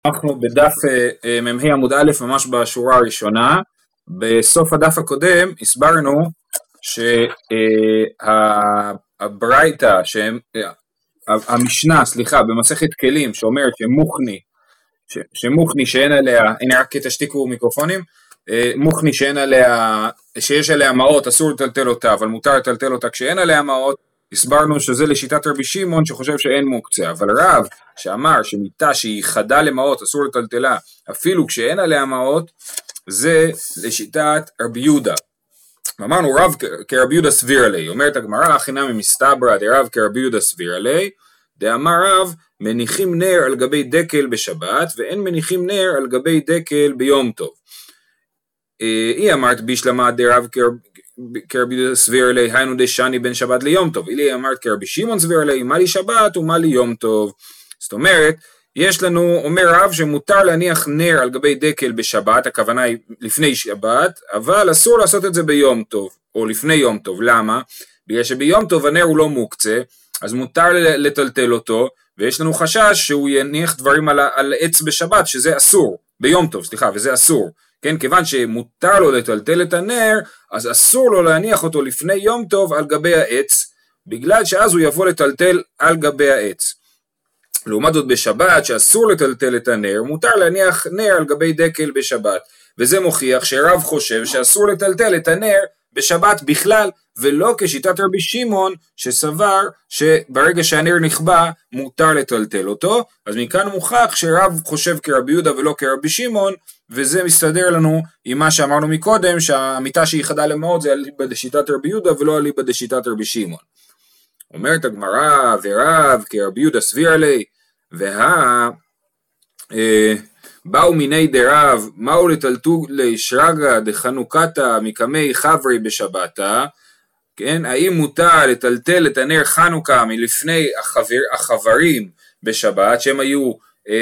אנחנו בדף מ"ה עמוד א' ממש בשורה הראשונה. בסוף הדף הקודם הסברנו שהברייתא, המשנה במסכת כלים שאומרת שמוכני שאין עליה, הנה רק תשתיקו מיקרופונים, מוכני שאין עליה, שיש עליה מעות אסור לטלטל אותה אבל מותר לטלטל אותה כשאין עליה מעות. הסברנו שזה לשיטת רבי שמעון שחושב שאין מוקצה, אבל רב שאמר שמיטה שהיא חדה למעות אסור לטלטלה אפילו כשאין עליה מעות, זה לשיטת רבי יהודה. אמרנו רב כרבי יהודה סביר עלי, אומרת הגמרא הכינה ממסתברא דרב כרבי יהודה סביר עלי, דאמר רב מניחים נר על גבי דקל בשבת ואין מניחים נר על גבי דקל ביום טוב. היא אמרת בישלמה דרב כרבי יהודה סביר עלי, היינו דשני בין שבת ליום טוב. היא אמרת כרבי שמעון סביר עלי, מה לי שבת ומה לי יום טוב. זאת אומרת, יש לנו, אומר רב שמותר להניח נר על גבי דקל בשבת, הכוונה היא לפני שבת, אבל אסור לעשות את זה ביום טוב, או לפני יום טוב. למה? בגלל שביום טוב הנר הוא לא מוקצה, אז מותר לטלטל אותו, ויש לנו חשש שהוא יניח דברים על עץ בשבת, שזה אסור, ביום טוב, וזה אסור. כן, כיוון שמותר לו לטלטל את הנר, אז אסור לו להניח אותו לפני יום טוב על גבי העץ, בגלל שאז הוא יבוא לטלטל על גבי העץ. לעומת זאת בשבת, שאסור לטלטל את הנר, מותר להניח נר על גבי דקל בשבת, וזה מוכיח שרב חושב שאסור לטלטל את הנר בשבת בכלל, ולא כשיטת רבי שמעון שסבר שברגע שהנר נכבה מותר לטלטל אותו. אז מכאן מוכח שרב חושב כרבי יהודה ולא כרבי שמעון, וזה מסתדר לנו עם מה שאמרנו מקודם, שהמיטה שהיא חדה למעות זה אליבא דשיטת רבי יהודה ולא אליבא דשיטת רבי שמעון. אומרת הגמרא ורב כרבי יהודה סביר עלי, באו מיני דרב, מהו לטלטו לשרגא דחנוכתא מקמי חברי בשבתא, כן, האם מותר לטלטל את הנר חנוכה מלפני החברים בשבת, שהם היו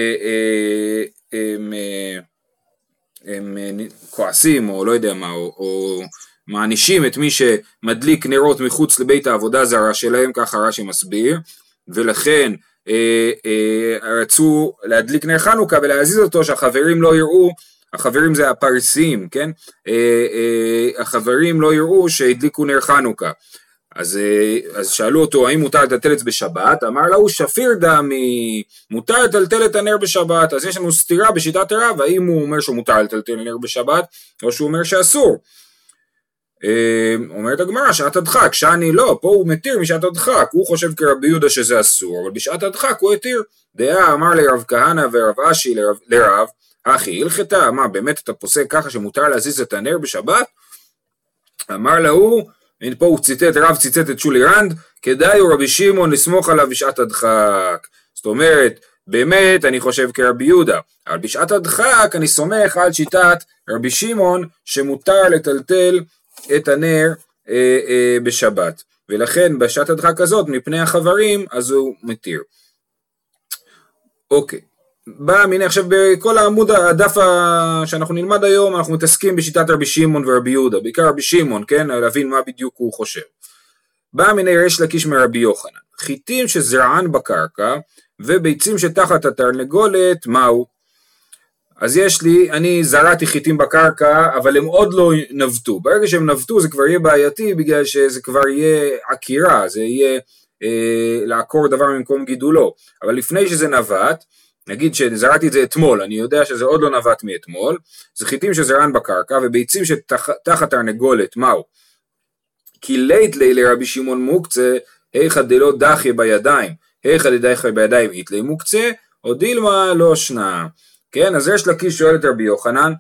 הם כועסים או לא יודע מה, או מענישים את מי שמדליק נרות מחוץ לבית העבודה זרה שלהם, ככה רש"י מסביר, ולכן רצו להדליק נר חנוכה ולהזיז אותו שהחברים לא יראו, החברים זה הפרסים, כן? החברים לא יראו שהדליקו נר חנוכה. אז שאלו אותו האם מותר לטלטל את זה בשבת, אמר לו שפיר דמי, מותר לטלטל את הנר בשבת. אז יש לנו סתירה בשיטת הרב, האם הוא אומר שהוא מותר לטלטל נר בשבת או שהוא אומר שאסור. אומרת הגמרא שעת הדחק, שאני לא, פה הוא מתיר משעת הדחק, הוא חושב כרבי יהודה שזה אסור, אבל בשעת הדחק הוא התיר. דעה אמר לרב כהנא ורב אשי לרב, אחי הלכתה, מה באמת אתה פוסק ככה שמותר להזיז את הנר בשבת? אמר לו, פה הוא ציטט, רב ציטט את שולי רנד, כדאי הוא רבי שמעון לסמוך עליו בשעת הדחק. זאת אומרת, באמת אני חושב כרבי יהודה, אבל בשעת הדחק אני סומך על שיטת רבי שמעון שמותר לטלטל את הנר בשבת, ולכן בשעת הדחק הזאת מפני החברים אז הוא מתיר. אוקיי, בא מיני עכשיו בכל העמוד הדף שאנחנו נלמד היום אנחנו מתעסקים בשיטת רבי שמעון ורבי יהודה, בעיקר רבי שמעון, כן, להבין מה בדיוק הוא חושב. בא מיני ריש לקיש מרבי יוחנן, חיטים שזרען בקרקע וביצים שתחת התרנגולת מהו? אז יש לי, אני זרעתי חיטים בקרקע, אבל הם עוד לא נבטו. ברגע שהם נבטו זה כבר יהיה בעייתי, בגלל שזה כבר יהיה עקירה, זה יהיה לעקור דבר ממקום גידולו. אבל לפני שזה נבט, נגיד שזרעתי את זה אתמול, אני יודע שזה עוד לא נבט מאתמול, זה חיטים שזרען בקרקע, וביצים שתחת תרנגולת, מהו? כי לית לי לרבי שמעון מוקצה, היכא דלא דחיה בידיים, היכא דדחיה בידיים איתלי מוקצה, או דילמה לא שנה. כן, אז יש לקיש שואל את רבי יוחנן,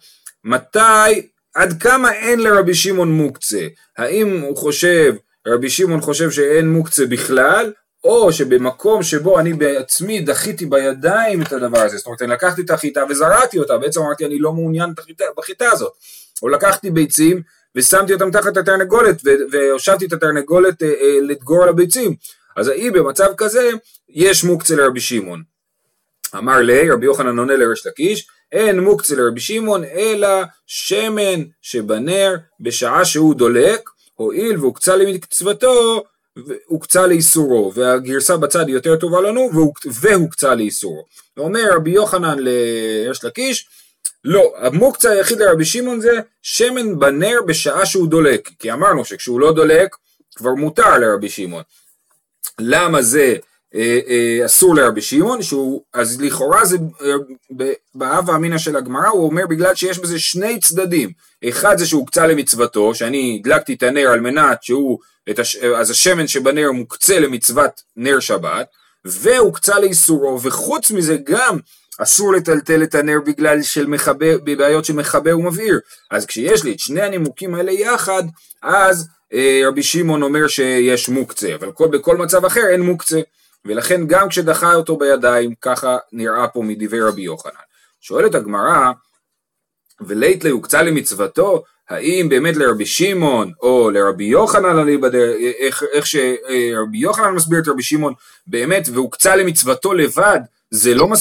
עד כמה אין לרבי שמעון מוקצה? האם הוא חושב, רבי שמעון חושב שאין מוקצה בכלל, או שבמקום שבו אני בעצמי דחיתי בידיים את הדבר הזה, זאת אומרת, אני לקחתי את החיטה וזרעתי אותה, בעצם אמרתי אני לא מעוניין בחיטה הזאת, או לקחתי ביצים ושמתי אותם תחת התרנגולת, והושבתי את התרנגולת לדגור על הביצים, אז האם במצב כזה יש מוקצה לרבי שמעון? אמר לי, רבי יוחנן עונה לריש לקיש, אין מוקצה לרבי שמעון, אלא שמן שבנר בשעה שהוא דולק, הועיל והוקצה למצוותו, והוקצה לאיסורו, והגרסה בצד היא יותר טובה לנו, והוקצה לאיסורו. ואומר רבי יוחנן לריש לקיש, לא, המוקצה היחיד לרבי שמעון זה שמן בנר בשעה שהוא דולק, כי אמרנו שכשהוא לא דולק כבר מותר לרבי שמעון. למה זה אסור לרבי שמעון? אז לכאורה זה בהווה אמינא של הגמרא, הוא אומר בגלל שיש בזה שני צדדים, אחד זה שהוקצה למצוותו, שאני הדלקתי את הנר על מנת שהוא, אז השמן שבנר מוקצה למצוות נר שבת, והוקצה לאיסורו, וחוץ מזה גם אסור לטלטל את הנר בגלל בבעיות של מחבר ומבעיר. אז כשיש לי את שני הנימוקים האלה יחד, אז רבי שמעון אומר שיש מוקצה, אבל בכל מצב אחר אין מוקצה, ולכן גם כשדחה אותו בידיים, ככה נראה פה מדברי רבי יוחנן. שואלת הגמרא, ולית הוקצה למצוותו, האם באמת לרבי שמעון או לרבי יוחנן, איך שרבי יוחנן מסביר את רבי שמעון באמת, והוקצה למצוותו לבד, זה לא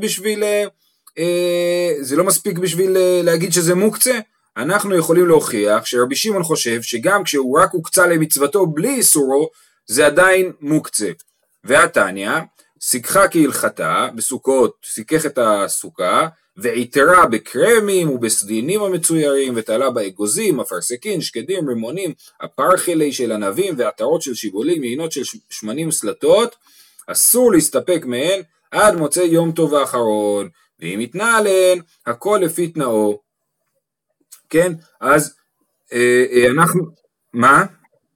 מספיק בשביל להגיד שזה מוקצה? אנחנו יכולים להוכיח שרבי שמעון חושב שגם כשהוא רק הוקצה למצוותו בלי איסורו, זה עדיין מוקצה. והתניא, סיככה כהלכתה, בסוכות סיכך את הסוכה, ועיתרה בקרמים ובסדינים המצוירים, ותעלה באגוזים, אפרסקין, שקדים, רימונים, הפרחילי של ענבים, ועטרות של שיבולים, יינות של שמנים סלטות, אסור להסתפק מהן עד מוצא יום טוב האחרון, ואם יתנה עליהן, הכל לפי תנאו. כן, אז אנחנו, מה?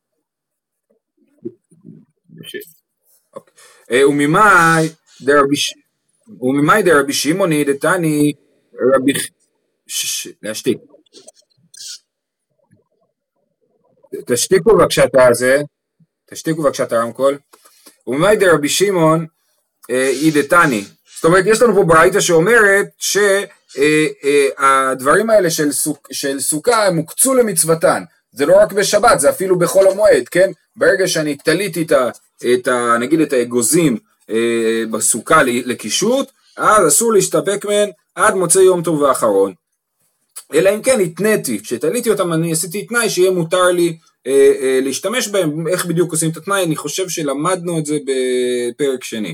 וממאי דרבי שמעוני דתני רבי להשתיק. תשתיקו בבקשה את הרמקול. וממאי דרבי שמעון דתני. זאת אומרת, יש לנו פה ברייתא שאומרת שהדברים האלה של סוכה הם הוקצו למצוותן. זה לא רק בשבת, זה אפילו בכל המועד, כן? ברגע שאני תליתי נגיד את האגוזים בסוכה לקישוט, אז אסור להסתפק מהן עד מוצא יום טוב האחרון. אלא אם כן התניתי, כשתליתי אותם אני עשיתי תנאי שיהיה מותר לי להשתמש בהם. איך בדיוק עושים את התנאי? אני חושב שלמדנו את זה בפרק שני.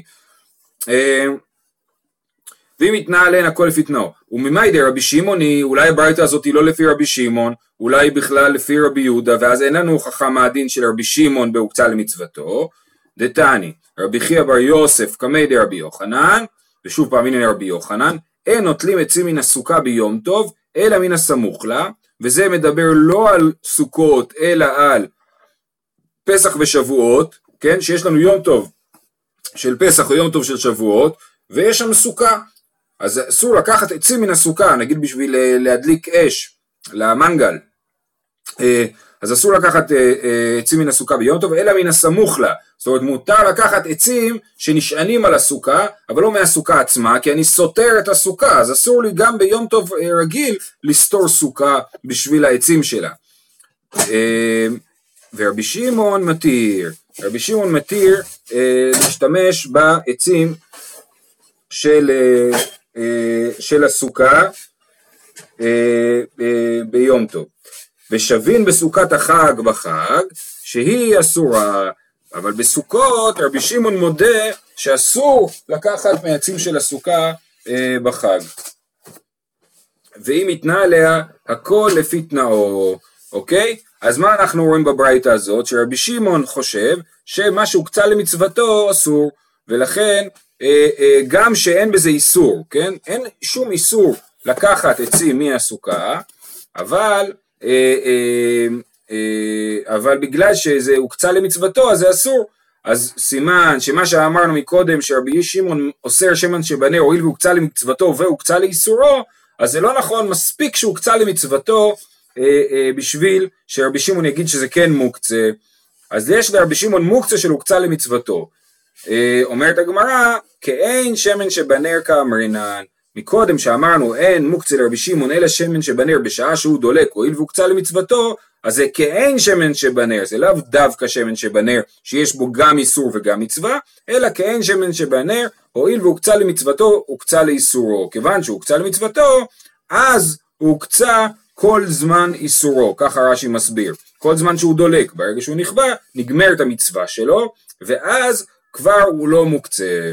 ואם יתנה עליהן הכל לפי תנאו. וממאי דרבי שמעוני, אולי הברייתא הזאת היא לא לפי רבי שמעון, אולי בכלל לפי רבי יהודה, ואז אין לנו הוכחה מה הדין של רבי שמעון בהוקצה למצוותו. דתני, רבי חייא בר יוסף קמי דרבי יוחנן, ושוב פעם הנה רבי יוחנן, אין נוטלים עצים מן הסוכה ביום טוב, אלא מן הסמוך לה, וזה מדבר לא על סוכות, אלא על פסח ושבועות, כן, שיש לנו יום טוב של פסח או יום טוב של שבועות, ויש שם סוכה, אז אסור לקחת עצים מן הסוכה, נגיד בשביל להדליק אש, למנגל, אז אסור לקחת עצים מן הסוכה ביום טוב, אלא מן הסמוך לה. זאת אומרת, מותר לקחת עצים שנשענים על הסוכה, אבל לא מהסוכה עצמה, כי אני סותר את הסוכה, אז אסור לי גם ביום טוב רגיל לסתור סוכה בשביל העצים שלה. ורבי שמעון מתיר, רבי שמעון מתיר להשתמש בעצים של הסוכה ביום טוב. ושבין בסוכת החג בחג, שהיא אסורה, אבל בסוכות רבי שמעון מודה שאסור לקחת מעצים של הסוכה בחג. ואם יתנה עליה, הכל לפי תנאו, אוקיי? אז מה אנחנו רואים בברייתא הזאת? שרבי שמעון חושב שמה שהוקצה למצוותו אסור, ולכן גם שאין בזה איסור, כן? אין שום איסור לקחת עצים מהסוכה, אבל בגלל שזה הוקצה למצוותו אז זה אסור. אז סימן שמה שאמרנו מקודם שרבי שמעון אוסר שמן שבנר הואיל והוקצה למצוותו והוקצה לאיסורו, אז זה לא נכון, מספיק שהוקצה למצוותו בשביל שרבי שמעון יגיד שזה כן מוקצה. אז יש לרבי שמעון מוקצה של הוקצה למצוותו. אומרת הגמרא, כאין שמן שבנר כאמרינן, מקודם שאמרנו אין מוקצה לרבי שמעון אלא שמן שבנר בשעה שהוא דולק הואיל והוקצה למצוותו, אז זה כאין שמן שבנר, זה לאו דווקא שמן שבנר שיש בו גם איסור וגם מצווה, אלא כאין שמן שבנר הואיל והוקצה למצוותו הוקצה לאיסורו, כיוון שהוקצה למצוותו אז הוקצה כל זמן איסורו, ככה רש"י מסביר, כל זמן שהוא דולק, ברגע שהוא נכבה, נגמרת המצווה שלו, ואז כבר הוא לא מוקצה.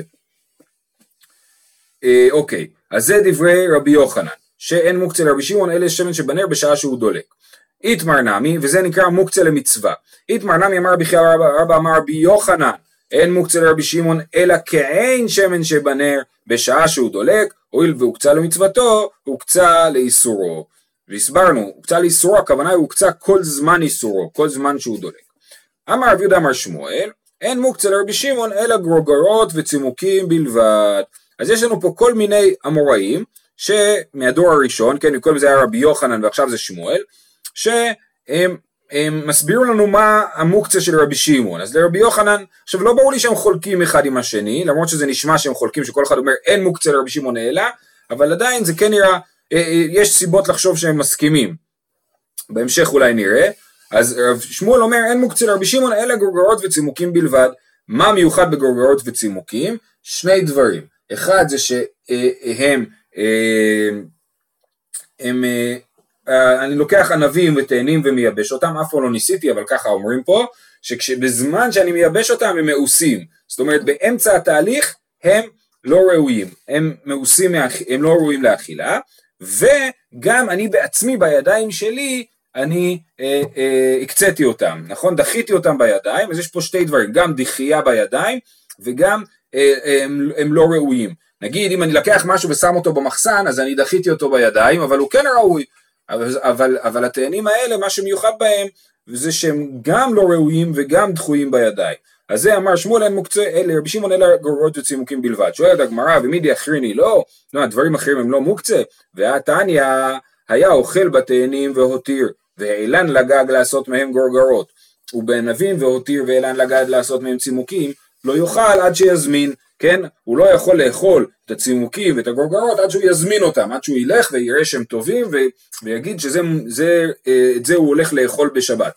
אוקיי, אז זה דברי רבי יוחנן, שאין מוקצה לרבי שמעון אלא שמן שבנר בשעה שהוא דולק. איתמר נמי, וזה נקרא מוקצה למצווה. איתמר נמי אמר רבי חייא רבא אמר רבי יוחנן, אין מוקצה לרבי שמעון אלא כעין שמן שבנר בשעה שהוא דולק, הואיל והוקצה למצוותו, הוקצה לאיסורו. והסברנו, הוקצה לאיסורו, הכוונה היא הוקצה כל זמן איסורו, כל זמן שהוא דולק. אמר רבי יהודה אמר שמואל, אין מוקצה לרבי שמעון אלא גרוגרות וצימוקים בלבד. אז יש לנו פה כל מיני אמוראים, שמהדור הראשון, כן, קודם זה היה רבי יוחנן ועכשיו זה שמואל, שהם מסבירו לנו מה המוקצה של רבי שמעון. אז לרבי יוחנן, עכשיו לא ברור לי שהם חולקים אחד עם השני, למרות שזה נשמע שהם חולקים, שכל אחד אומר אין מוקצה לרבי שמעון אלא, אבל עדיין זה כן נראה, יש סיבות לחשוב שהם מסכימים. בהמשך אולי נראה. אז שמואל אומר אין מוקצה לרבי שמעון אלא גרוגרות וצימוקים בלבד. מה מיוחד בגרוגרות וצימוקים? שני דברים. אחד זה שהם אני לוקח ענבים ותאנים ומייבש אותם, אף פעם לא ניסיתי, אבל ככה אומרים פה, שבזמן שאני מייבש אותם הם מאוסים, זאת אומרת באמצע התהליך הם לא ראויים, הם מאוסים, הם לא ראויים לאכילה, וגם אני בעצמי בידיים שלי, אני הקציתי אותם, נכון? דחיתי אותם בידיים, אז יש פה שתי דברים, גם דחייה בידיים, וגם הם לא ראויים. נגיד, אם אני לקח משהו ושם אותו במחסן, אז אני דחיתי אותו בידיים, אבל הוא כן ראוי. אבל התאנים האלה, מה שמיוחד בהם, זה שהם גם לא ראויים וגם דחויים בידיים. אז זה אמר שמואל אין מוקצה, רבי שמעון אלא גרוגרות וצימוקים בלבד. שואלת הגמרא, ומידי אחריני לא, הדברים אחרים הם לא מוקצה, והתניא היה אוכל בתאנים והותיר, והאילן לגג לעשות מהם גרוגרות, ובענבים והותיר ואילן לגג לעשות מהם צימוקים, לא יאכל עד שיזמין, כן? הוא לא יכול לאכול את הצימוקים ואת הגרוגרות עד שהוא יזמין אותם, עד שהוא ילך ויראה שהם טובים ויגיד את זה הוא הולך לאכול בשבת.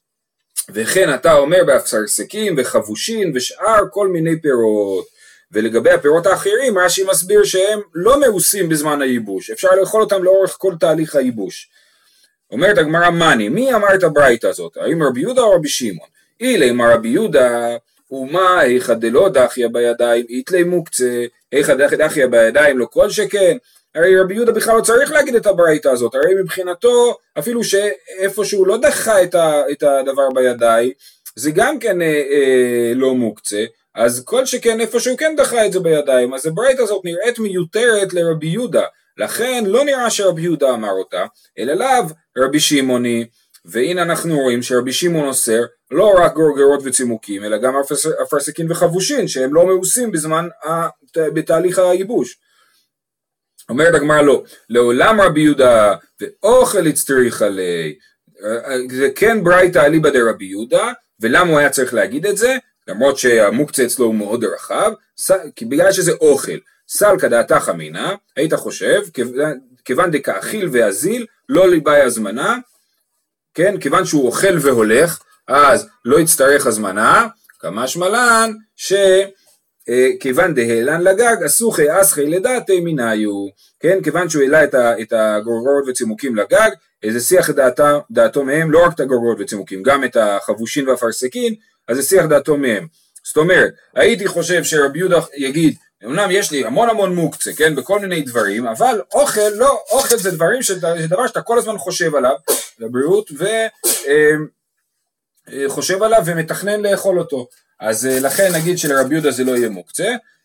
וכן אתה אומר באפסרסקים וחבושין ושאר כל מיני פירות. ולגבי הפירות האחרים, רש"י מסביר שהם לא מאוסים בזמן הייבוש, אפשר לאכול אותם לאורך כל תהליך הייבוש. אומרת הגמרא מני, מי אמר את הברייתא הזאת? האם רבי יהודה או רבי שמעון? אילי אמר רבי יהודה, ומה איכא דלא דחיה בידיים, איתלי מוקצה, איכא דחיה בידיים לא כל שכן. הרי רבי יהודה בכלל לא צריך להגיד את הברייתא הזאת, הרי מבחינתו, אפילו שאיפה שהוא לא דחה את הדבר בידיים, זה גם כן לא מוקצה, אז כל שכן איפה שהוא כן דחה את זה בידיים, אז הברייתא הזאת נראית מיותרת לרבי יהודה, לכן לא נראה שרבי יהודה אמר אותה, אלא לאו רבי שמעוני, והנה אנחנו רואים שרבי שמעון אוסר לא רק גרוגרות וצימוקים, אלא גם אפרסקין וחבושין, שהם לא מאוסים בתהליך הייבוש. אומרת הגמרא לא, לעולם רבי יהודה ואוכל הצטריך עלי, זה כן ברייתא אליבא דרבי יהודה, ולמה הוא היה צריך להגיד את זה? למרות שהמוקצה אצלו הוא מאוד רחב, כי בגלל שזה אוכל, סלקא דעתך אמינא, היית חושב, כיוון דקאכיל ואזיל, לא ליבאי הזמנה, כן, כיוון שהוא אוכל והולך, אז לא יצטרך הזמנה, כמשמע לן, שכיוון דהלן לגג, אסוכי אסכי לדעתי מניו, כן, כיוון שהוא העלה את הגרוגרות וצימוקים לגג, זה שיח דעתו מהם, לא רק את הגרוגרות וצימוקים, גם את החבושין והפרסקין, אז זה שיח דעתו מהם. זאת אומרת, הייתי חושב שרבי יהודה יגיד, אמנם יש לי המון מוקצה, כן, בכל מיני דברים, אבל אוכל, לא, אוכל זה דבר שאתה כל הזמן חושב עליו, לבריאות, וחושב עליו ומתכנן לאכול אותו. אז לכן נגיד שלרבי יהודה זה לא יהיה מוקצה,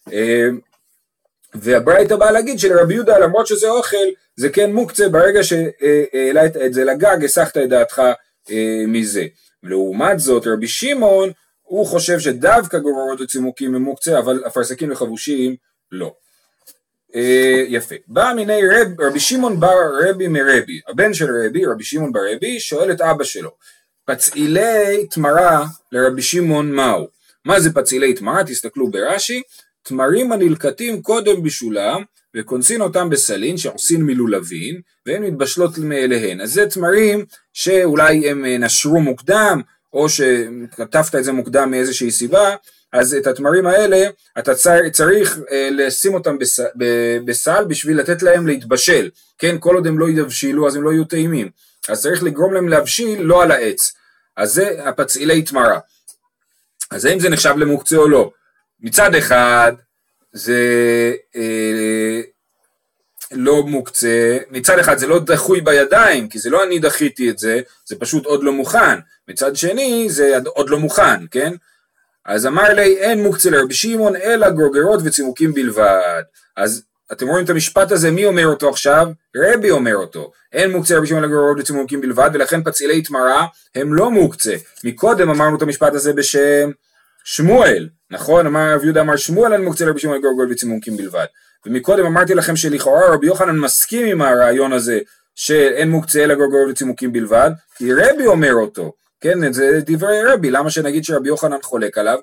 והברייתא בא להגיד שלרבי יהודה, למרות שזה אוכל, זה כן מוקצה, ברגע שהעלה את זה לגג, הסחת את דעתך מזה. לעומת זאת, רבי שמעון, הוא חושב שדווקא גרוגרות וצימוקים הם מוקצה, אבל אפרסקים וחבושים לא. יפה. בא מיני רבי שמעון בר רבי מרבי, הבן של רבי שמעון בר רבי, שואל את אבא שלו, פצעילי תמרה לרבי שמעון מהו? מה זה פצעילי תמרה? תסתכלו ברש"י, תמרים הנלקטים קודם בשולם, וכונסין אותם בסלין שעושים מלולבין, והן מתבשלות מאליהן. אז זה תמרים שאולי הם נשרו מוקדם, או שכתבת את זה מוקדם מאיזושהי סיבה, אז את התמרים האלה אתה צריך לשים אותם בסל בשביל לתת להם להתבשל, כן, כל עוד הם לא יבשילו אז הם לא יהיו טעימים, אז צריך לגרום להם להבשיל לא על העץ, אז זה הפצעילי תמרה. אז האם זה נחשב למוקצה או לא? מצד אחד זה לא מוקצה, מצד אחד זה לא דחוי בידיים, כי זה לא אני דחיתי את זה, זה פשוט עוד לא מוכן, מצד שני זה עוד לא מוכן, כן? אז אמר לי אין מוקצה לרבי שמעון אלא גרוגרות וצימוקים בלבד. אז אתם רואים את המשפט הזה, מי אומר אותו עכשיו? רבי אומר אותו, אין מוקצה לרבי שמעון אלא גרוגרות וצימוקים בלבד, ולכן פצעילי תמרה הם לא מוקצה. מקודם אמרנו את המשפט הזה בשם שמואל, נכון? רב יהודה אמר שמואל אין מוקצה לרבי שמעון אלא גרוגרות וצימוקים בלבד. ומקודם אמרתי לכם שלכאורה רבי יוחנן מסכים עם הרעיון הזה שאין מוקצה אלא גרוגרות וצימוקים בלבד, כי רבי אומר אותו, כן, זה דברי רבי, למה שנגיד שרבי יוחנן חולק עליו?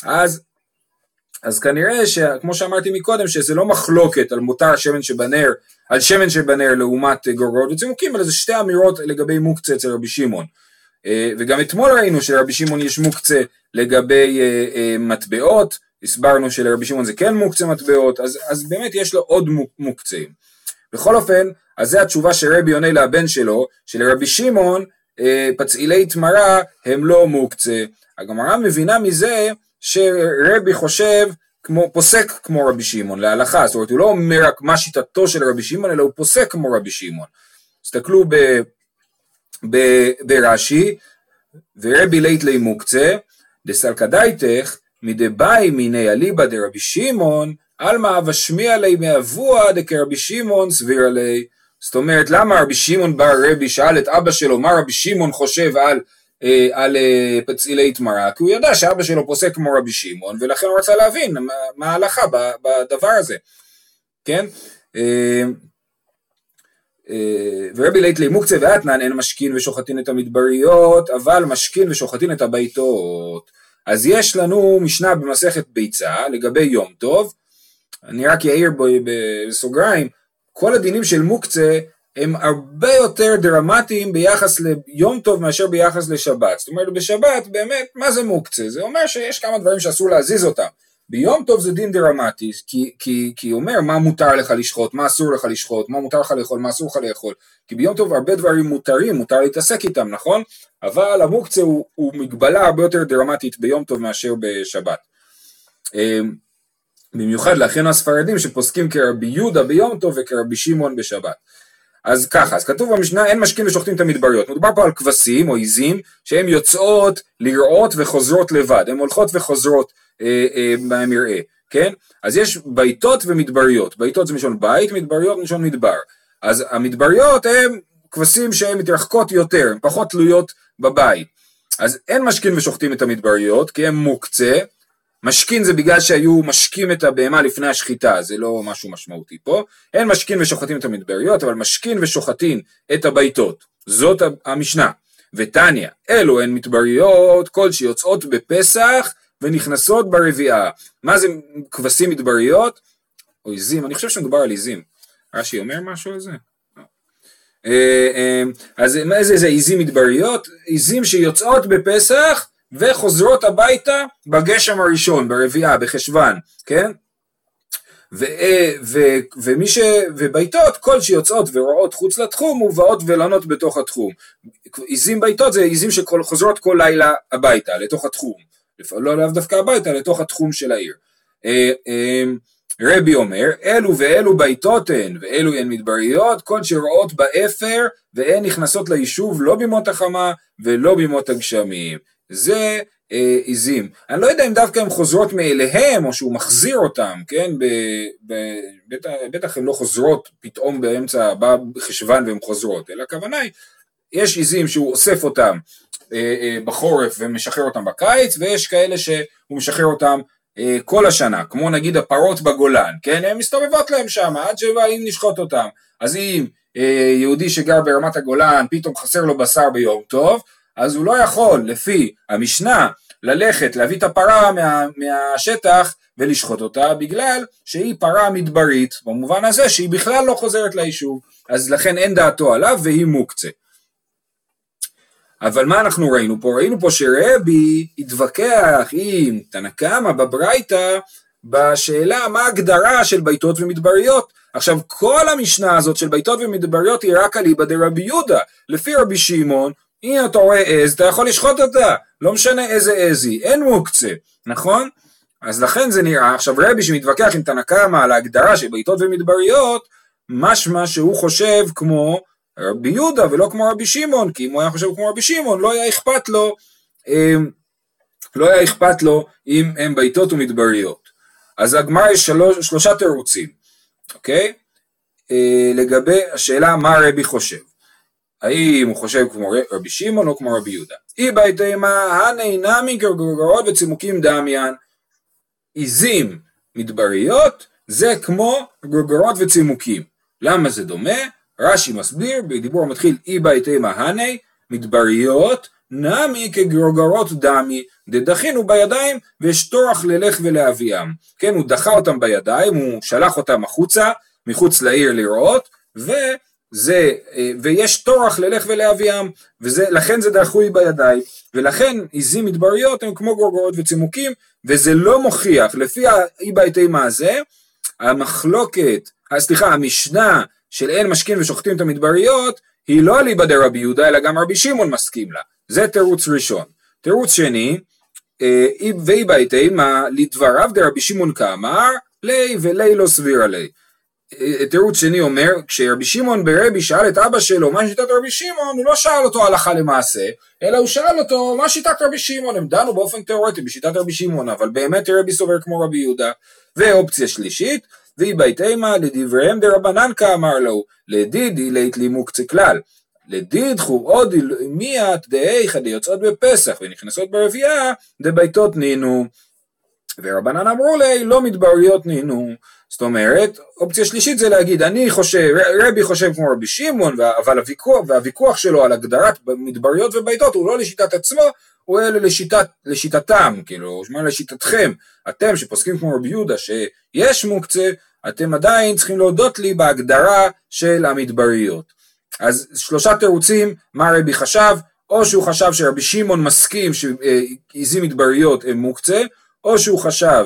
אז כנראה שכמו שאמרתי מקודם, שזה לא מחלוקת על מותר שמן שבנר, על שמן שבנר לעומת גרוגרות וצימוקים, אלא זה שתי אמירות לגבי מוקצה אצל רבי שמעון. וגם אתמול ראינו שלרבי שמעון יש מוקצה לגבי מטבעות, הסברנו שלרבי שמעון זה כן מוקצה מטבעות, אז באמת יש לו עוד מוקצים. בכל אופן, אז זה התשובה שרבי עונה לבן שלו, שלרבי שמעון פצעילי תמרה הם לא מוקצה. הגמרא מבינה מזה שרבי חושב פוסק כמו רבי שמעון להלכה, זאת אומרת הוא לא אומר רק מה שיטתו של רבי שמעון, אלא הוא פוסק כמו רבי שמעון. תסתכלו ברש"י, ורבי לית לי מוקצה דסלקדאיתך מדבאי מיני אליבא דרבי שמעון אלמה אבשמיע לי מאבוע דקרבי שמעון סביר עלי. זאת אומרת, למה רבי שמעון בר רבי שאל את אבא שלו מה רבי שמעון חושב על פצעילי תמרה? כי הוא ידע שאבא שלו פוסק כמו רבי שמעון, ולכן הוא רצה להבין מה ההלכה בדבר הזה, כן? ורבי לית לי מוקצה ואתנן אין משכין ושוחטין את המדבריות, אבל משכין ושוחטין את הביתות. אז יש לנו משנה במסכת ביצה לגבי יום טוב, אני רק יעיר בסוגריים, כל הדינים של מוקצה הם הרבה יותר דרמטיים ביחס ליום טוב מאשר ביחס לשבת. זאת אומרת, בשבת באמת, מה זה מוקצה? זה אומר שיש כמה דברים שאסור להזיז אותם. ביום טוב זה דין דרמטי, כי אומר מה מותר לך לשחוט, מה אסור לך לשחוט, מה מותר לך לאכול, מה אסור לך לאכול. כי ביום טוב הרבה דברים מותרים, מותר להתעסק איתם, נכון? אבל המוקצה הוא מגבלה הרבה יותר דרמטית ביום טוב מאשר בשבת. במיוחד לאחינו הספרדים שפוסקים כרבי יהודה ביום טוב וכרבי שמעון בשבת. אז ככה, אז כתוב במשנה אין משכין ושוחטין את המדבריות. מדובר פה על כבשים או עיזים שהן יוצאות לרעות וחוזרות לבד, הן הולכות וחוזרות במרעה, כן? אז יש ביתות ומדבריות, ביתות זה מלשון בית, מדבריות מלשון מדבר. אז המדבריות הן כבשים שהן מתרחקות יותר, הן פחות תלויות בבית. אז אין משכין ושוחטים את המדבריות כי הן מוקצה. משכין זה בגלל שהיו משקים את הבהמה לפני השחיטה, זה לא משהו משמעותי פה. אין משכין ושוחטים את המדבריות, אבל משכין ושוחטים את הביתות. זאת המשנה. ותניא, אלו הן מדבריות כל שיוצאות בפסח ונכנסות ברביעה. מה זה כבשים מדבריות? או עיזים, אני חושב שמדובר על עיזים. רש"י אומר משהו על זה? אז מה זה עיזים מדבריות? עיזים שיוצאות בפסח וחוזרות הביתה בגשם הראשון, ברביעה, בחשוון, כן? וביתות, כל שיוצאות ורואות חוץ לתחום, ובאות ולנות בתוך התחום. עיזים ביתות זה עיזים שחוזרות כל לילה הביתה, לתוך התחום. לא לאו דווקא הביתה, לתוך התחום של העיר. רבי אומר, אלו ואלו ביתות הן, ואלו הן מדבריות, כל שרואות באפר, והן נכנסות ליישוב לא בימות החמה, ולא בימות הגשמים. זה עיזים. אני לא יודע אם דווקא הן חוזרות מאליהם, או שהוא מחזיר אותם, כן? בטח הן לא חוזרות פתאום באמצע, בא חשוון והן חוזרות, אלא הכוונה היא, יש עיזים שהוא אוסף אותם בחורף ומשחרר אותם בקיץ, ויש כאלה שהוא משחרר אותם כל השנה, כמו נגיד הפרות בגולן, כן? הן מסתובבות להם שם, עד שבאים נשחוט אותם. אז אם יהודי שגר ברמת הגולן, פתאום חסר לו בשר ביום טוב, אז הוא לא יכול, לפי המשנה, ללכת, להביא את הפרה מהשטח ולשחוט אותה, בגלל שהיא פרה מדברית, במובן הזה שהיא בכלל לא חוזרת ליישוב, אז לכן אין דעתו עליו והיא מוקצה. אבל מה אנחנו ראינו פה? ראינו פה שרבי התווכח עם תנא קמא בברייתא, בשאלה מה ההגדרה של ביתות ומדבריות. עכשיו כל המשנה הזאת של ביתות ומדבריות היא רק אליבא דרבי יהודה, לפי רבי שמעון, אם אתה רואה עז, אתה יכול לשחוט אותה, לא משנה איזה עז היא, אין מוקצה, נכון? אז לכן זה נראה, עכשיו רבי שמתווכח עם תנא קמא על ההגדרה של בעיתות ומדבריות, משמע שהוא חושב כמו רבי יהודה ולא כמו רבי שמעון, כי אם הוא היה חושב כמו רבי שמעון, לא היה אכפת לו אם הם בעיתות ומדבריות. אז הגמרא יש שלושה תירוצים, אוקיי? לגבי השאלה מה רבי חושב. האם הוא חושב כמו רבי שמעון או כמו רבי יהודה? אי בהתאמה הנינמי גרגרות וצימוקים דמיין. עיזים מדבריות זה כמו גרגרות וצימוקים. למה זה דומה? רש"י מסביר בדיבור המתחיל אי בהתאמה הני מדבריות נמי כגרגרות דמי דדחינו בידיים ויש טורח ללך ולהביאם. כן, הוא דחה אותם בידיים, הוא שלח אותם החוצה מחוץ לעיר לראות ויש טורח ללך ולהביאם, לכן זה דחוי בידיים, ולכן עיזים מדבריות הם כמו גרגרות וצימוקים, וזה לא מוכיח, לפי האי בהתאמה הזה, המשנה של אין משכין ושוחטים את המדבריות, היא לא אליבא דרבי יהודה, אלא גם רבי שמעון מסכים לה. זה תירוץ ראשון. תירוץ שני, ואי בהתאמה לדבריו דרבי שמעון כאמר, לי ולי לא סביר עלי. תירוץ שני אומר, כשרבי שמעון ברבי שאל את אבא שלו מה שיטת רבי שמעון, הוא לא שאל אותו הלכה למעשה, אלא הוא שאל אותו מה שיטת רבי שמעון. הם דנו באופן תיאורטי בשיטת רבי שמעון, אבל באמת רבי סובר כמו רבי יהודה. ואופציה שלישית, והיא בהתאמה לדבריהם דרבנן כאמר לו, לדידי לית לי מוקצה כלל, לדידחו עוד מיית דאיכא דיוצאות בפסח ונכנסות ברביעה דביתות נינו, ורבנן אמרו לי לא מדבריות נינו. זאת אומרת, אופציה שלישית זה להגיד, רבי חושב כמו רבי שמעון, אבל הוויכוח שלו על הגדרת מדבריות וביתות הוא לא לשיטת עצמו, הוא אלה לשיטתם, כאילו, לשיטתכם, אתם שפוסקים כמו רבי יהודה שיש מוקצה, אתם עדיין צריכים להודות לי בהגדרה של המדבריות. אז שלושה תירוצים, מה רבי חשב, או שהוא חשב שרבי שמעון מסכים שעיזים מדבריות הם מוקצה, או שהוא חשב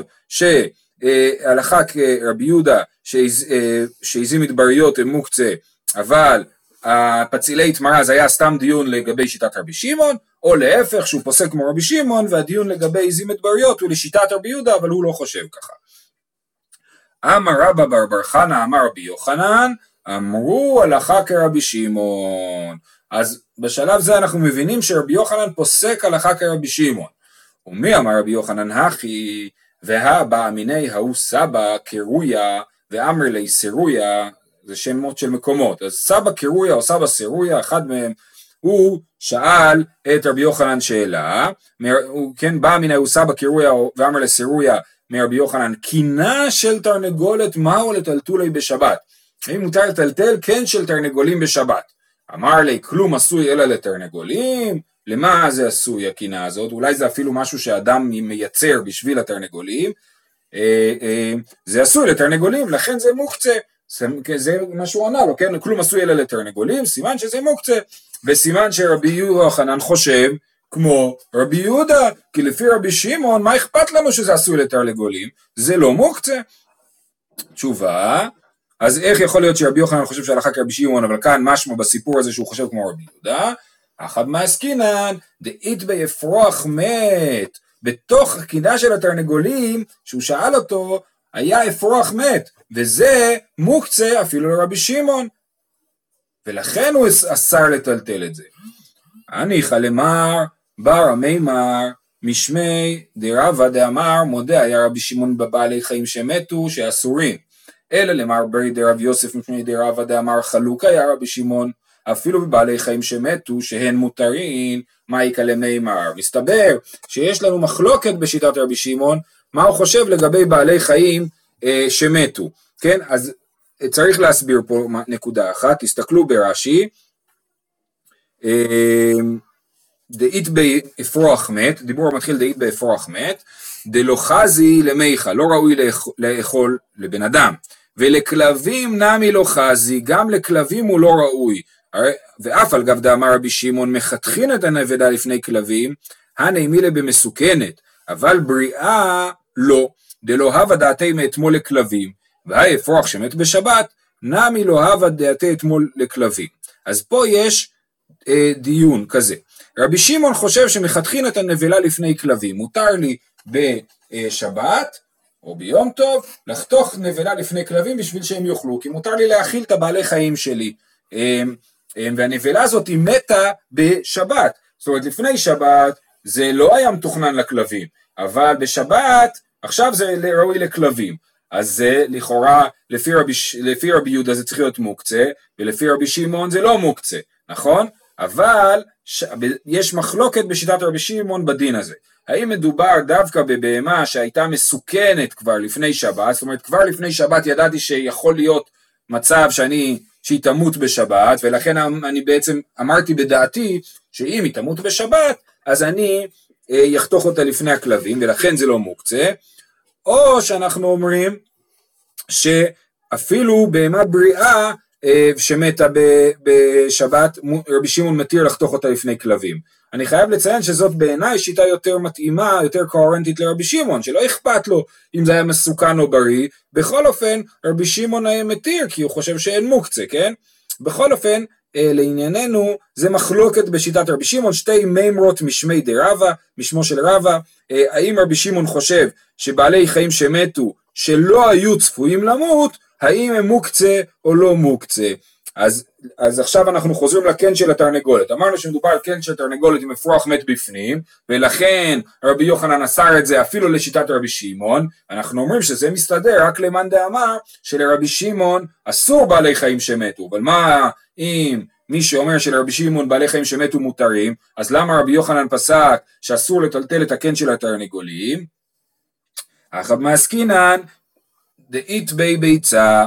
הלכה כרבי יהודה שעיזים מדבריות הם מוקצה, אבל הפצילי תמרה זה היה סתם דיון לגבי שיטת רבי שמעון, או להפך שהוא פוסק כמו רבי שמעון והדיון לגבי עיזים מדבריות הוא לשיטת רבי יהודה, אבל הוא לא חושב ככה. אמר רבא בר חנא אמר רבי יוחנן, אמרו הלכה כרבי שמעון. אז בשלב זה אנחנו מבינים שרבי יוחנן פוסק הלכה כרבי שמעון. ומי אמר רבי יוחנן הכי והבא מיני ההוא סבא קרויה ואמר לי סירויה, זה שמות של מקומות. אז סבא קרויה או סבא סירויה, אחד מהם, הוא שאל את רבי יוחנן שאלה, הוא כן בא מיני ההוא סבא קרויה ואמר לי סירויה מרבי יוחנן, קינה של תרנגולת מהו לטלטולי בשבת? האם מותר לטלטל כן של תרנגולים בשבת? אמר לי כלום עשוי אלא לתרנגולים. למה זה עשוי הקינה הזאת? אולי זה אפילו משהו שאדם מייצר בשביל התרנגולים, זה עשוי לתרנגולים, לכן זה מוקצה, זה מה שהוא ענה לו, כן? כלום עשוי אלא לתרנגולים, סימן שזה מוקצה, וסימן שרבי יוחנן חושב כמו רבי יהודה, כי לפי רבי שמעון, מה אכפת לנו שזה עשוי לתרנגולים? זה לא מוקצה. תשובה, אז איך יכול להיות שרבי יוחנן חושב שהלכה כרבי שמעון, אבל כאן משמע בסיפור הזה שהוא חושב כמו רבי יהודה? אחד מהסקינן, דאית ביפרוח מת, בתוך הקינה של התרנגולים, שהוא שאל אותו, היה אפרוח מת, וזה מוקצה אפילו לרבי שמעון, ולכן הוא אסר לטלטל את זה. הניחא למר, בר המימר, משמי דרבא דאמר, מודה היה רבי שמעון בבעלי חיים שמתו, שאסורים, אלא למר ברי דרב יוסף משמי דרבא דאמר, חלוק היה רבי שמעון, אפילו בבעלי חיים שמתו, שהן מותרים, מה יקלה מימר. מסתבר שיש לנו מחלוקת בשיטת רבי שמעון, מה הוא חושב לגבי בעלי חיים שמתו. כן, אז צריך להסביר פה נקודה אחת, תסתכלו ברש"י, דאית באפרוח מת, דיבור המתחיל דאית באפרוח מת, דלא חזי למיכה, לא ראוי לאכול לבן אדם, ולכלבים נמי לא חזי, גם לכלבים הוא לא ראוי, ואף על גב דאמר רבי שמעון מחתכין את הנבדה לפני כלבים, הנעימילה במסוכנת, אבל בריאה לא, דלא הווה דעתי מאתמול לכלבים, והי אפרוח שמת בשבת, נמי לא הווה דעתי אתמול לכלבים. אז פה יש דיון כזה, רבי שמעון חושב שמחתכין את הנבלה לפני כלבים, מותר לי בשבת או ביום טוב לחתוך נבלה לפני כלבים בשביל שהם יאכלו, כי מותר לי להאכיל את הבעלי חיים שלי, והנבלה הזאת היא מתה בשבת, זאת אומרת לפני שבת זה לא היה מתוכנן לכלבים, אבל בשבת עכשיו זה ראוי לכלבים, אז זה לכאורה לפי רבי יהודה זה צריך להיות מוקצה, ולפי רבי שמעון זה לא מוקצה, נכון? אבל יש מחלוקת בשיטת רבי שמעון בדין הזה, האם מדובר דווקא בבהמה שהייתה מסוכנת כבר לפני שבת, זאת אומרת כבר לפני שבת ידעתי שיכול להיות מצב שהיא תמות בשבת, ולכן אני בעצם אמרתי בדעתי שאם היא תמות בשבת אז אני יחתוך אותה לפני הכלבים, ולכן זה לא מוקצה, או שאנחנו אומרים שאפילו בהמה בריאה שמתה בשבת רבי שמעון מתיר לחתוך אותה לפני כלבים. אני חייב לציין שזאת בעיניי שיטה יותר מתאימה, יותר קוהרנטית לרבי שמעון, שלא אכפת לו אם זה היה מסוכן או בריא, בכל אופן רבי שמעון היה מתיר כי הוא חושב שאין מוקצה, כן? בכל אופן לענייננו זה מחלוקת בשיטת רבי שמעון, שתי מימרות משמי דרבה, משמו של רבה, האם רבי שמעון חושב שבעלי חיים שמתו שלא היו צפויים למות, האם הם מוקצה או לא מוקצה. אז עכשיו אנחנו חוזרים לקן של התרנגולת, אמרנו שמדובר על קן של תרנגולת עם אפרוח מת בפנים, ולכן רבי יוחנן אסר את זה אפילו לשיטת רבי שמעון, אנחנו אומרים שזה מסתדר רק למאן דאמר שלרבי שמעון אסור בעלי חיים שמתו, אבל מה אם מי שאומר שלרבי שמעון בעלי חיים שמתו מותרים, אז למה רבי יוחנן פסק שאסור לטלטל את הקן של התרנגולים? אחת מעסקינן דאית בי ביצה,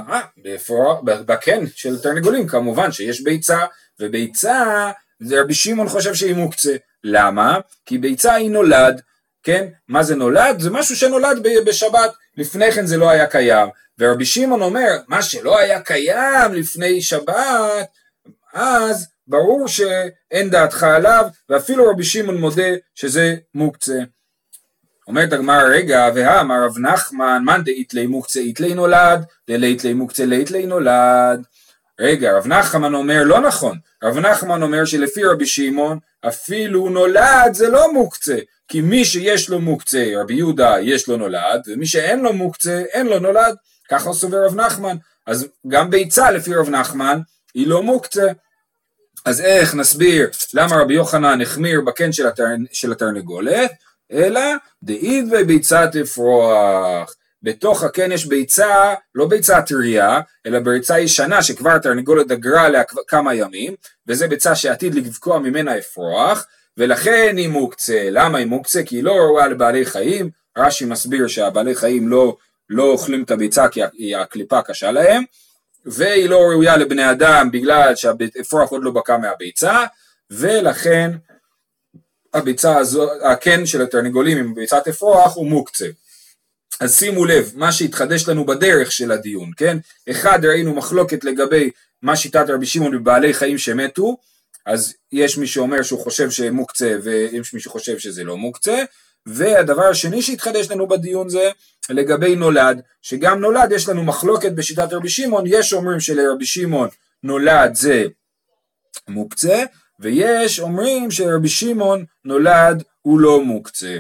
בקן של תרנגולים כמובן שיש ביצה, וביצה רבי שמעון חושב שהיא מוקצה, למה? כי ביצה היא נולד, כן? מה זה נולד? זה משהו שנולד בשבת, לפני כן זה לא היה קיים, ורבי שמעון אומר, מה שלא היה קיים לפני שבת, אז ברור שאין דעתך עליו, ואפילו רבי שמעון מודה שזה מוקצה. אומרת הגמרא, רגע, והאמר רב נחמן, מן דאית לי מוקצה אית לי נולד, דלית לי מוקצה לית לי נולד. רגע, רב נחמן אומר, לא נכון, רב נחמן אומר שלפי רבי שמעון, אפילו נולד זה לא מוקצה, כי מי שיש לו מוקצה, רבי יהודה יש לו נולד, ומי שאין לו מוקצה, אין לו נולד, ככה סובר רב נחמן, אז גם ביצה לפי רב נחמן, היא לא מוקצה. אז איך נסביר למה רבי יוחנן החמיר בקן של התרנגולת, אלא דאית וביצת אפרוח, בתוך הקן יש ביצה, לא ביצה טריה, אלא ביצה ישנה שכבר התרנגולת דגרה עליה כמה ימים, וזה ביצה שעתיד לבקוע ממנה אפרוח, ולכן היא מוקצה. למה היא מוקצה? כי היא לא ראויה לבעלי חיים, רש"י מסביר שהבעלי חיים לא אוכלים את הביצה כי הקליפה קשה להם, והיא לא ראויה לבני אדם בגלל שהאפרוח עוד לא בקע מהביצה, ולכן הביצה הזו, הקן של התרנגולים עם ביצת אפרוח הוא מוקצה. אז שימו לב, מה שהתחדש לנו בדרך של הדיון, כן? אחד, ראינו מחלוקת לגבי מה שיטת רבי שמעון בבעלי חיים שמתו, אז יש מי שאומר שהוא חושב שהם מוקצה, ויש מי שחושב שזה לא מוקצה, והדבר השני שהתחדש לנו בדיון זה לגבי נולד, שגם נולד יש לנו מחלוקת בשיטת רבי שמעון, יש אומרים שלרבי שמעון נולד זה מוקצה, ויש אומרים שרבי שמעון נולד הוא לא מוקצה.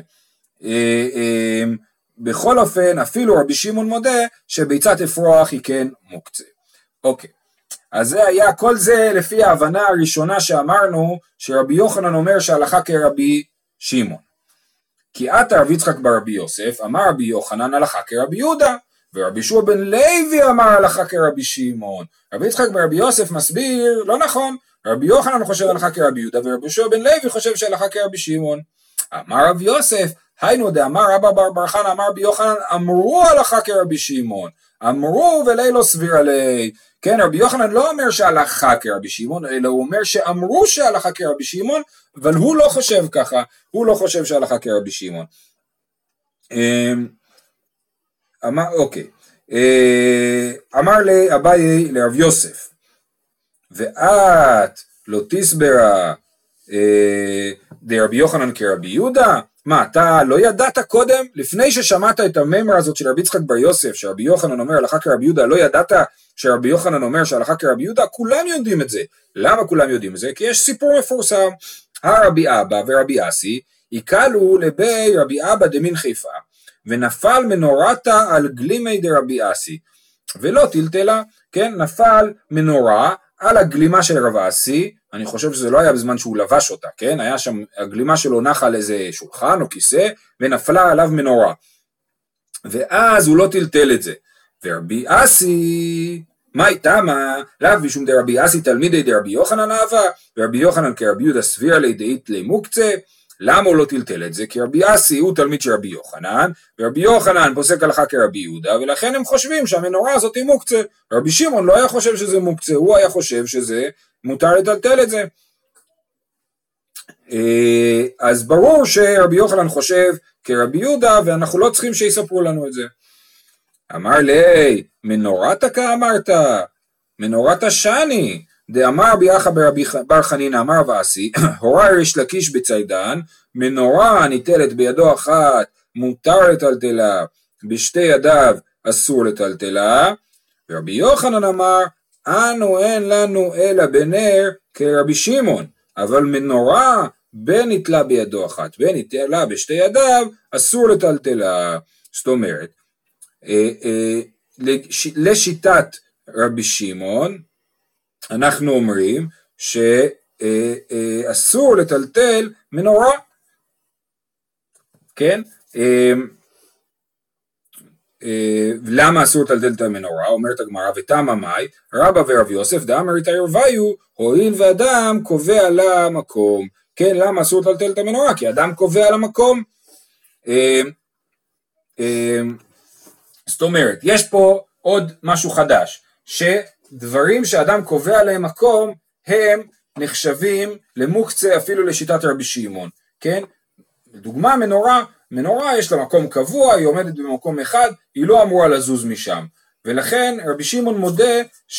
בכל אופן אפילו רבי שמעון מודה שביצת אפרוח היא כן מוקצה. אוקיי, אז זה היה כל זה לפי ההבנה הראשונה שאמרנו שרבי יוחנן אומר שההלכה כרבי שמעון. כי עתה רבי יצחק ברבי יוסף אמר רבי יוחנן הלכה כרבי יהודה, ורבי יהושע בן לוי אמר הלכה כרבי שמעון. רבי יצחק ברבי יוסף מסביר לא נכון, רבי יוחנן חושב הלכה כרבי יהודה ורבי יהושע בן לוי חושב שהלכה כרבי שמעון. אמר רבי יוסף היינו דאמר רבא בר חנא אמר רבי יוחנן אמרו הלכה כרבי שמעון, אמרו ולי לא סביר עלי. כן, רבי יוחנן לא אומר שהלכה כרבי שמעון, אלא הוא אומר שאמרו שהלכה כרבי שמעון, אבל הוא לא חושב ככה, הוא לא חושב שהלכה כרבי שמעון. אוקיי, אמר לי אביי לרב יוסף, ואת לא תסברה דרבי יוחנן כרבי יהודה? מה, אתה לא ידעת קודם, לפני ששמעת את הממרה הזאת של רבי יצחק בר יוסף, שרבי יוחנן אומר הלכה כרבי יהודה, לא ידעת שרבי יוחנן אומר שהלכה כרבי יהודה? כולם יודעים את זה. למה כולם יודעים את זה? כי יש סיפור מפורסם, הרבי אבא ורבי אסי, יקלו לבי רבי אבא דמין חיפה, ונפל מנורתה על גלימי דרבי אסי, ולא טלטלה, כן, נפל מנורה על הגלימה של רב אסי, אני חושב שזה לא היה בזמן שהוא לבש אותה, כן, היה שם, הגלימה שלו נחה על איזה שולחן או כיסא, ונפלה עליו מנורה, ואז הוא לא טלטל את זה, ורבי אסי, מה איתה מה? לאו משום דרבי אסי תלמידי דרבי יוחנן אהבה, ורבי יוחנן כרבי יהודה סביר לידאית למוקצה, למה הוא לא טלטל את זה? כי רבי אסי הוא תלמיד של רבי יוחנן, ורבי יוחנן פוסק הלכה כרבי יהודה, ולכן הם חושבים שהמנורה הזאת היא מוקצה. רבי שמעון לא היה חושב שזה מוקצה, הוא היה חושב שזה מותר לטלטל את זה. אז ברור שרבי יוחנן חושב כרבי יהודה, ואנחנו לא צריכים שיספרו לנו את זה. אמר לי, מנורתה כאמרת, מנורתה שני, דאמר ביחד ברבי בר חנינא אמר ואסי, הורה ריש לקיש בציידן, מנורה ניטלת בידו אחת, מותר לטלטלה, בשתי ידיו אסור לטלטלה, ורבי יוחנן אמר, אנו אין לנו אלא בנר כרבי שמעון, אבל מנורה בין ניטלה בידו אחת, בין ניטלה בשתי ידיו, אסור לטלטלה. זאת אומרת, לשיטת רבי שמעון, אנחנו אומרים שאסור לטלטל מנורה, כן? למה אסור לטלטל את המנורה? אומרת הגמרא, ותמה מאי, רבא ורב יוסף דאמר יתערוויו, הואיל ואדם קובע למקום, כן? למה אסור לטלטל את המנורה? כי אדם קובע למקום. זאת אומרת, יש פה עוד משהו חדש, שדברים שאדם קובע להם מקום, הם נחשבים למוקצה אפילו לשיטת רבי שמעון, כן? לדוגמה מנורה יש לה מקום קבוע, היא עומדת במקום אחד, היא לא אמורה לזוז משם, ולכן רבי שמעון מודה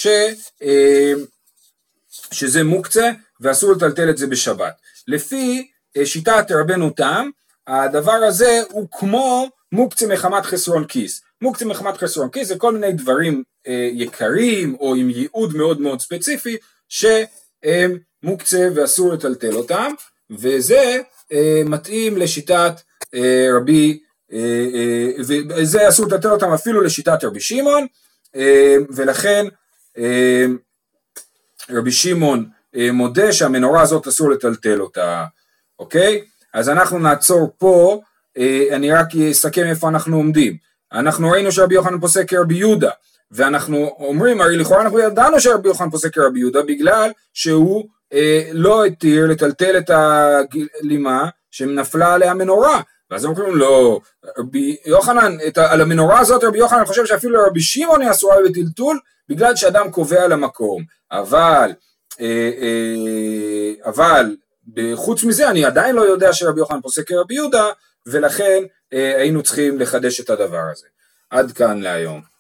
שזה מוקצה, ואסור לטלטל את זה בשבת. לפי שיטת רבנו תם, הדבר הזה הוא כמו מוקצה מחמת חסרון כיס. מוקצה מחמת חסרון כיס זה כל מיני דברים יקרים, או עם ייעוד מאוד מאוד ספציפי, שהם מוקצה ואסור לטלטל אותם, וזה מתאים לשיטת רבי, וזה אסור לטלטל אותם אפילו לשיטת רבי שמעון, ולכן רבי שמעון מודה שהמנורה הזאת אסור לטלטל אותה, אוקיי? אז אנחנו נעצור פה, אני רק אסכם איפה אנחנו עומדים. אנחנו ראינו שרבי יוחנן פוסק כרבי יהודה, ואנחנו אומרים, הרי לכאורה אנחנו ידענו שרבי יוחנן פוסק כרבי יהודה, בגלל שהוא לא התיר לטלטל את הגלימה שנפלה עליה מנורה, ואז אומרים לא, רבי יוחנן, על המנורה הזאת רבי יוחנן חושב שאפילו רבי שמעון היא אסורה בטלטול, בגלל שאדם קובע למקום, אבל חוץ מזה אני עדיין לא יודע שרבי יוחנן פוסק כרבי יהודה, ולכן היינו צריכים לחדש את הדבר הזה. עד כאן להיום.